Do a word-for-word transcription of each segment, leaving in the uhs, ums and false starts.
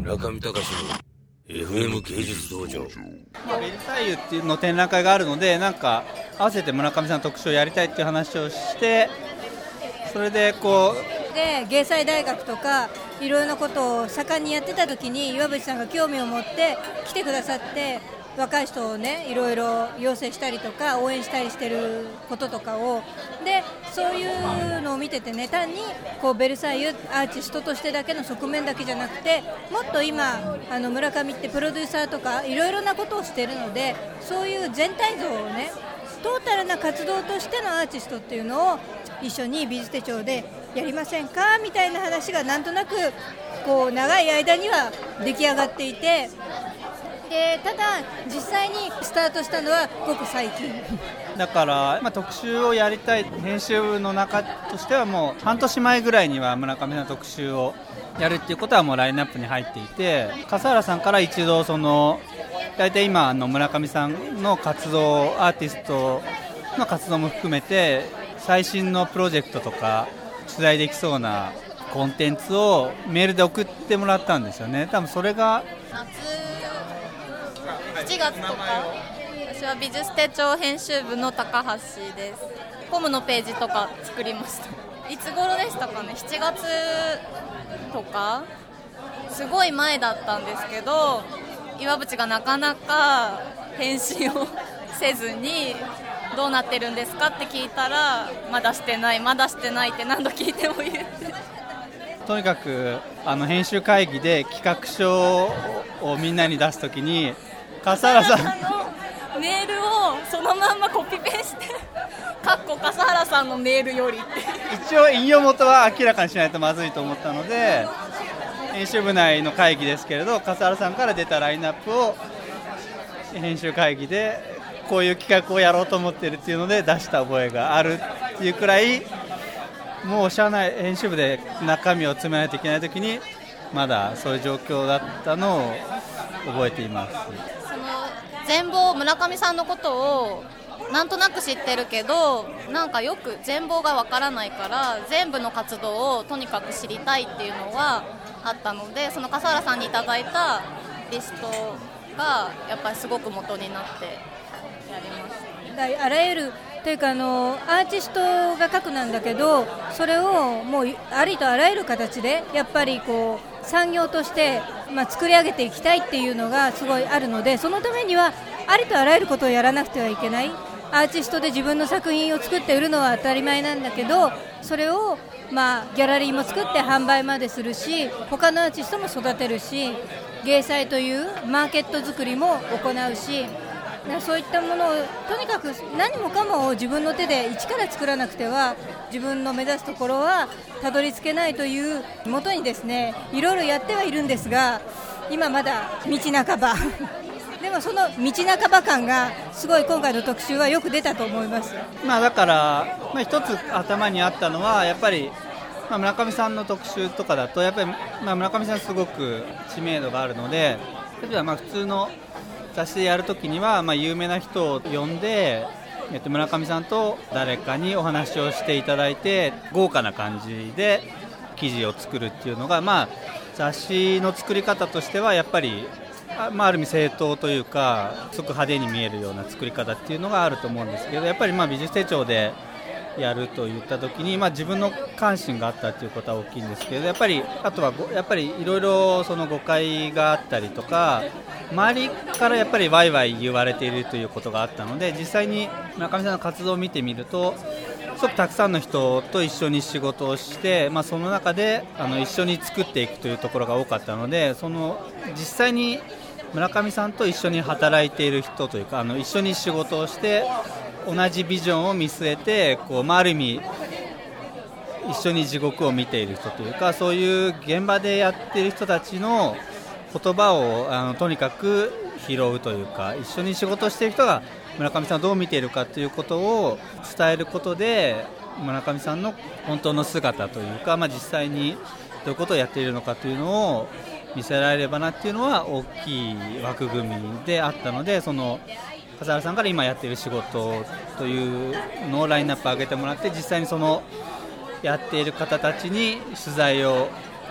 村上隆の エフエム 芸術道場。 まあ、ベルサイユっていうの展覧会があるので、なんか合わせて村上さんの特集をやりたいっていう話をして、それでこうで芸祭大学とかいろいろなことを盛んにやってた時に岩渕さんが興味を持って来てくださって、若い人をねいろいろ養成したりとか応援したりしてることとかをでそういうのを見ててね、単にこうベルサイユアーティストとしてだけの側面だけじゃなくて、もっと今あの村上ってプロデューサーとかいろいろなことをしてるので、そういう全体像をねトータルな活動としてのアーティストっていうのを一緒に美術手帳でやりませんかみたいな話がなんとなくこう長い間には出来上がっていて、でただ実際にスタートしたのはごく最近だから、まあ、特集をやりたい編集部の中としてはもう半年前ぐらいには村上さんの特集をやるっていうことはもうラインナップに入っていて、笠原さんから一度その大体今の村上さんの活動アーティストの活動も含めて最新のプロジェクトとか取材できそうなコンテンツをメールで送ってもらったんですよね。多分それが夏しちがつとか、私は美術手帳編集部の高橋です。コムのページとか作りました。いつ頃でしたかね、しちがつとかすごい前だったんですけど、岩渕がなかなか返信をせずにどうなってるんですかって聞いたら、まだしてないまだしてないって何度聞いても言ってとにかくあの編集会議で企画書をみんなに出すときに笠原さんのメールをそのまんまコピペしてかっこ笠原さんのメールよりって一応引用元は明らかにしないとまずいと思ったので、編集部内の会議ですけれど笠原さんから出たラインナップを編集会議でこういう企画をやろうと思っているっていうので出した覚えがあるっていうくらい、もう社内編集部で中身を詰めないといけないときにまだそういう状況だったのを覚えています。 その全貌、村上さんのことをなんとなく知ってるけど、なんかよく全貌がわからないから全部の活動をとにかく知りたいっていうのがあったので、その笠原さんにいただいたリストがやっぱりすごく元になってやりました。 あらゆるというかあのアーティストが書くなんだけど、それをもうありとあらゆる形でやっぱりこう産業として、まあ、作り上げていきたいっていうのがすごいあるので、そのためにはありとあらゆることをやらなくてはいけない。アーティストで自分の作品を作って売るのは当たり前なんだけど、それをまあギャラリーも作って販売までするし、他のアーティストも育てるし、芸祭というマーケット作りも行うし、そういったものをとにかく何もかもを自分の手で一から作らなくては自分の目指すところはたどり着けないというもとにですね、いろいろやってはいるんですが、今まだ道半ばでもその道半ば感がすごい今回の特集はよく出たと思います。 まあ、だから、まあ、一つ頭にあったのはやっぱり、まあ、村上さんの特集とかだとやっぱり、まあ、村上さんすごく知名度があるので、例えばまあ普通の雑誌でやるときには、まあ、有名な人を呼んで、えっと、村上さんと誰かにお話をしていただいて豪華な感じで記事を作るっていうのが、まあ、雑誌の作り方としてはやっぱり あ,、まあ、ある意味正当というかすごく派手に見えるような作り方っていうのがあると思うんですけど、やっぱりまあ美術手帳でやるといったときに、まあ、自分の関心があったということは大きいんですけど、やっぱりあとはやっぱりいろいろその誤解があったりとか、周りからやっぱりワイワイ言われているということがあったので、実際に村上さんの活動を見てみるとすごくたくさんの人と一緒に仕事をして、まあ、その中であの一緒に作っていくというところが多かったので、その実際に村上さんと一緒に働いている人というか、あの一緒に仕事をして同じビジョンを見据えてこう、まあ、ある意味一緒に地獄を見ている人というか、そういう現場でやっている人たちの言葉をあのとにかく拾うというか、一緒に仕事をしている人が村上さんをどう見ているかということを伝えることで、村上さんの本当の姿というか、まあ、実際にどういうことをやっているのかというのを見せられればなっていうのは大きい枠組みであったので、その笠原さんから今やっている仕事というのをラインナップ上げてもらって、実際にそのやっている方たちに取材を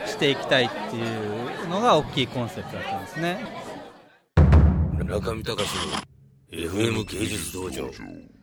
していきたいっていうのが大きいコンセプトだったんですね。 中見隆の エフエム 芸術道場。